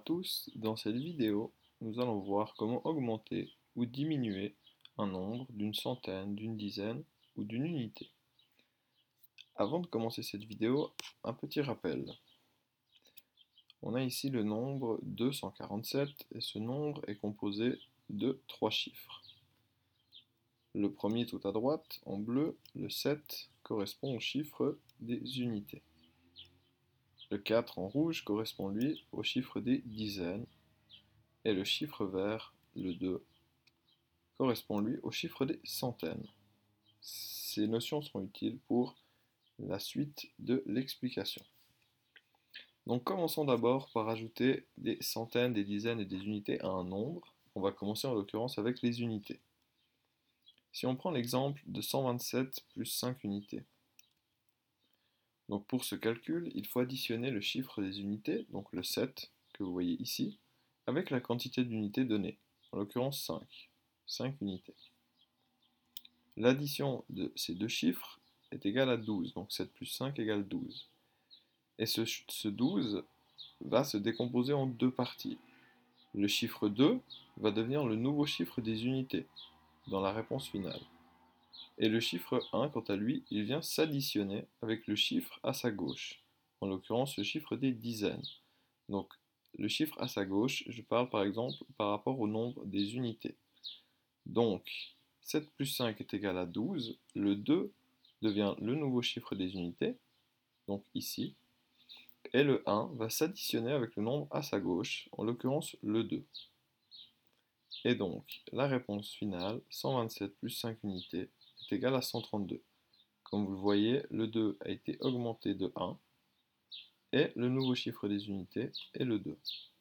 tous, dans cette vidéo, nous allons voir comment augmenter ou diminuer un nombre d'une centaine, d'une dizaine ou d'une unité. Avant de commencer cette vidéo, un petit rappel. On a ici le nombre 247 et ce nombre est composé de 3 chiffres. Le premier tout à droite, en bleu, le 7, correspond au chiffre des unités. Le 4 en rouge correspond lui au chiffre des dizaines. Et le chiffre vert, le 2, correspond lui au chiffre des centaines. Ces notions seront utiles pour la suite de l'explication. Donc commençons d'abord par ajouter des centaines, des dizaines et des unités à un nombre. On va commencer en l'occurrence avec les unités. Si on prend l'exemple de 127 plus 5 unités. Donc pour ce calcul, il faut additionner le chiffre des unités, donc le 7 que vous voyez ici, avec la quantité d'unités donnée, en l'occurrence 5 unités. L'addition de ces deux chiffres est égale à 12, donc 7 plus 5 égale 12. Et ce 12 va se décomposer en deux parties. Le chiffre 2 va devenir le nouveau chiffre des unités dans la réponse finale. Et le chiffre 1, quant à lui, il vient s'additionner avec le chiffre à sa gauche, en l'occurrence le chiffre des dizaines. Donc le chiffre à sa gauche, je parle par exemple par rapport au nombre des unités. Donc 7 plus 5 est égal à 12, le 2 devient le nouveau chiffre des unités, donc ici, et le 1 va s'additionner avec le nombre à sa gauche, en l'occurrence le 2. Et donc, la réponse finale, 127 plus 5 unités, est égale à 132. Comme vous le voyez, le 2 a été augmenté de 1, et le nouveau chiffre des unités est le 2.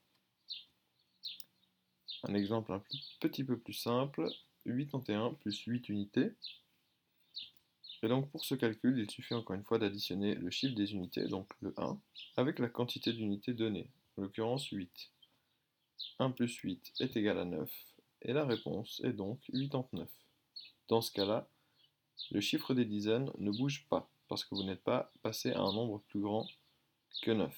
Un exemple un petit peu plus simple, 81 plus 8 unités. Et donc pour ce calcul, il suffit encore une fois d'additionner le chiffre des unités, donc le 1, avec la quantité d'unités donnée, en l'occurrence 8. 1 plus 8 est égal à 9, et la réponse est donc 89. Dans ce cas-là, le chiffre des dizaines ne bouge pas, parce que vous n'êtes pas passé à un nombre plus grand que 9.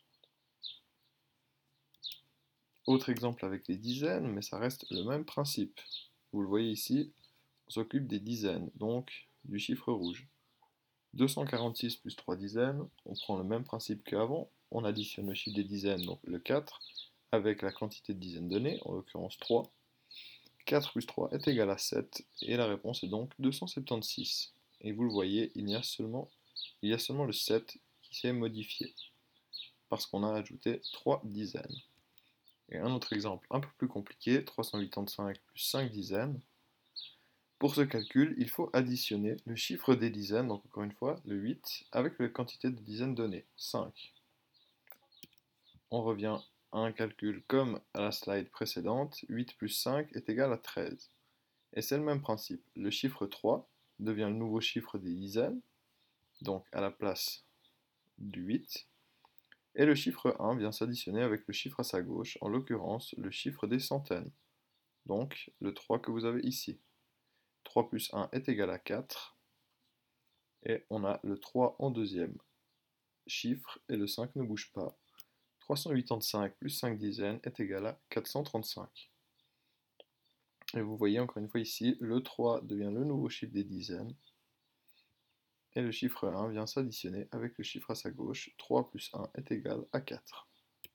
Autre exemple avec les dizaines, mais ça reste le même principe. Vous le voyez ici, on s'occupe des dizaines, donc du chiffre rouge. 246 plus 3 dizaines, on prend le même principe qu'avant, on additionne le chiffre des dizaines, donc le 4, avec la quantité de dizaines donnée, en l'occurrence 3. 4 plus 3 est égal à 7, et la réponse est donc 276. Et vous le voyez, il y a seulement le 7 qui s'est modifié, parce qu'on a ajouté 3 dizaines. Et un autre exemple un peu plus compliqué, 385 plus 5 dizaines. Pour ce calcul, il faut additionner le chiffre des dizaines, donc encore une fois, le 8, avec la quantité de dizaines données, 5. On revient à un calcul comme à la slide précédente, 8 plus 5 est égal à 13. Et c'est le même principe, le chiffre 3 devient le nouveau chiffre des dizaines, donc à la place du 8, et le chiffre 1 vient s'additionner avec le chiffre à sa gauche, en l'occurrence le chiffre des centaines, donc le 3 que vous avez ici. 3 plus 1 est égal à 4, et on a le 3 en deuxième chiffre, et le 5 ne bouge pas. 385 plus 5 dizaines est égal à 435. Et vous voyez encore une fois ici, le 3 devient le nouveau chiffre des dizaines, et le chiffre 1 vient s'additionner avec le chiffre à sa gauche, 3 plus 1 est égal à 4.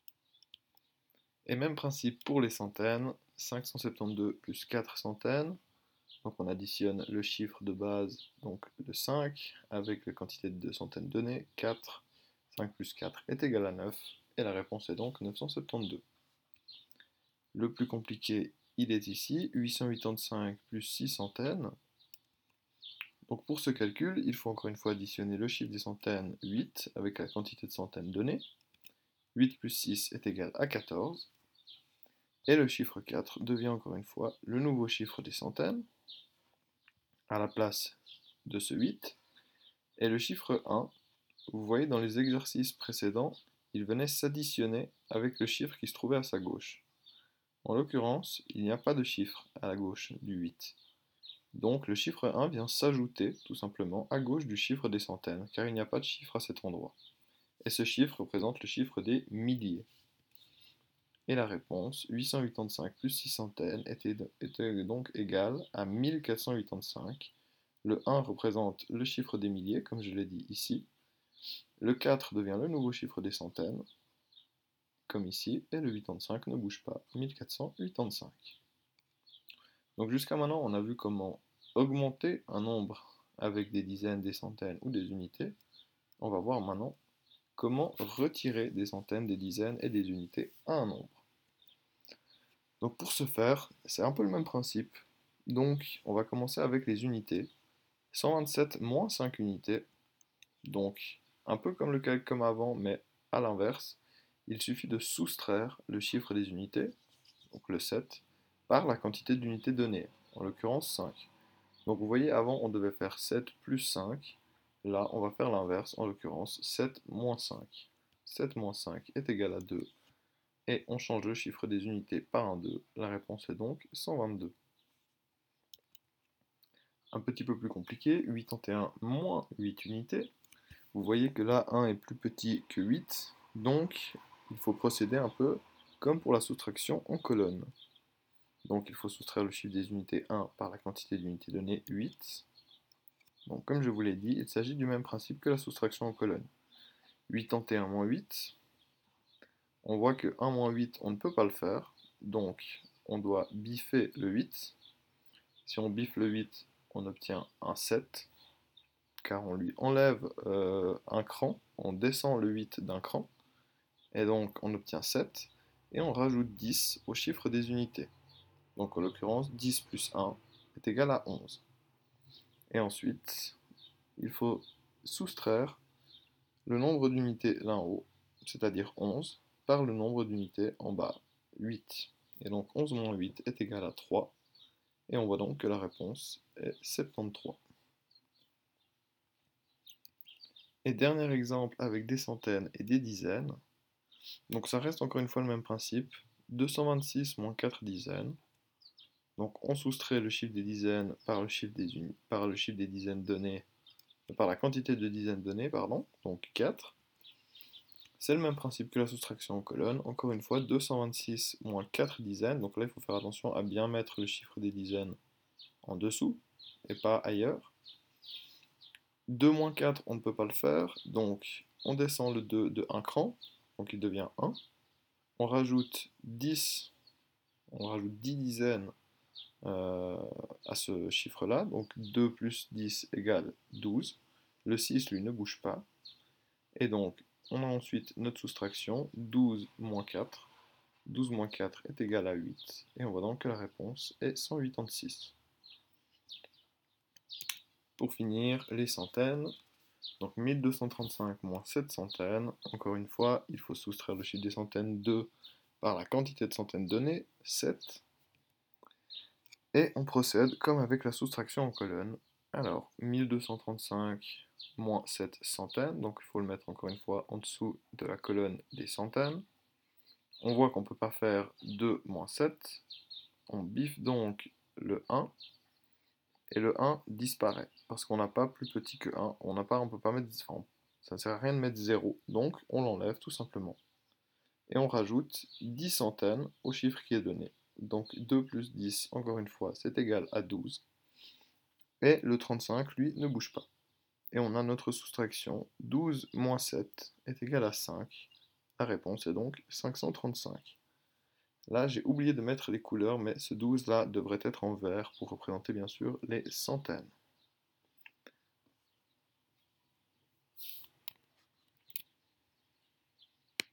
Et même principe pour les centaines, 572 plus 4 centaines, donc on additionne le chiffre de base, donc le 5, avec la quantité de centaines données, 4, 5 plus 4 est égal à 9, et la réponse est donc 972. Le plus compliqué, il est ici, 885 plus 6 centaines. Donc pour ce calcul, il faut encore une fois additionner le chiffre des centaines, 8, avec la quantité de centaines donnée. 8 plus 6 est égal à 14. Et le chiffre 4 devient encore une fois le nouveau chiffre des centaines, à la place de ce 8. Et le chiffre 1, vous voyez dans les exercices précédents, il venait s'additionner avec le chiffre qui se trouvait à sa gauche. En l'occurrence, il n'y a pas de chiffre à la gauche du 8. Donc le chiffre 1 vient s'ajouter tout simplement à gauche du chiffre des centaines, car il n'y a pas de chiffre à cet endroit. Et ce chiffre représente le chiffre des milliers. Et la réponse, 885 plus 6 centaines, était donc égale à 1485. Le 1 représente le chiffre des milliers, comme je l'ai dit ici. Le 4 devient le nouveau chiffre des centaines, comme ici, et le 85 ne bouge pas, 1485. Donc jusqu'à maintenant, on a vu comment augmenter un nombre avec des dizaines, des centaines ou des unités. On va voir maintenant comment retirer des centaines, des dizaines et des unités à un nombre. Donc pour ce faire, c'est un peu le même principe. Donc on va commencer avec les unités. 127 moins 5 unités. Donc un peu comme le calcul comme avant, mais à l'inverse. Il suffit de soustraire le chiffre des unités, donc le 7, par la quantité d'unités données, en l'occurrence 5. Donc vous voyez, avant on devait faire 7 plus 5. Là on va faire l'inverse, en l'occurrence 7 moins 5. 7 moins 5 est égal à 2. Et on change le chiffre des unités par un 2. La réponse est donc 122. Un petit peu plus compliqué, 81 moins 8 unités. Vous voyez que là 1 est plus petit que 8. Donc il faut procéder un peu comme pour la soustraction en colonne. Donc il faut soustraire le chiffre des unités 1 par la quantité d'unités données 8. Donc comme je vous l'ai dit, il s'agit du même principe que la soustraction en colonne. 81 moins 8. On voit que 1 moins 8, on ne peut pas le faire. Donc on doit biffer le 8. Si on biffe le 8, on obtient un 7, car on lui enlève un cran, on descend le 8 d'un cran, et donc on obtient 7, et on rajoute 10 au chiffre des unités. Donc en l'occurrence, 10 plus 1 est égal à 11. Et ensuite, il faut soustraire le nombre d'unités là en haut, c'est-à-dire 11, par le nombre d'unités en bas, 8. Et donc 11 moins 8 est égal à 3. Et on voit donc que la réponse est 73. Et dernier exemple avec des centaines et des dizaines. Donc ça reste encore une fois le même principe. 226 moins 4 dizaines. Donc on soustrait le chiffre des dizaines par le chiffre des dizaines données, par la quantité de dizaines données, pardon, donc 4. C'est le même principe que la soustraction en colonne. Encore une fois, 226 moins 4 dizaines. Donc là, il faut faire attention à bien mettre le chiffre des dizaines en dessous et pas ailleurs. 2 moins 4, on ne peut pas le faire. Donc on descend le 2 de 1 cran. Donc il devient 1. On rajoute 10, on rajoute 10 dizaines à ce chiffre-là. Donc 2 plus 10 égale 12. Le 6, lui, ne bouge pas. Et donc, on a ensuite notre soustraction, 12 moins 4. 12 moins 4 est égal à 8. Et on voit donc que la réponse est 186. Pour finir, les centaines. Donc 1235 moins 7 centaines. Encore une fois, il faut soustraire le chiffre des centaines 2 par la quantité de centaines données, 7. Et on procède comme avec la soustraction en colonne. Alors, 1235 moins 7 centaines, donc il faut le mettre encore une fois en dessous de la colonne des centaines. On voit qu'on ne peut pas faire 2 moins 7. On biffe donc le 1. Et le 1 disparaît. Parce qu'on n'a pas plus petit que 1. On ne peut pas mettre... Enfin, ça ne sert à rien de mettre 0. Donc on l'enlève tout simplement. Et on rajoute 10 centaines au chiffre qui est donné. Donc 2 plus 10, encore une fois, c'est égal à 12. Et le 35, lui, ne bouge pas. Et on a notre soustraction. 12 moins 7 est égal à 5. La réponse est donc 535. Là, j'ai oublié de mettre les couleurs, mais ce 12 là devrait être en vert pour représenter bien sûr les centaines.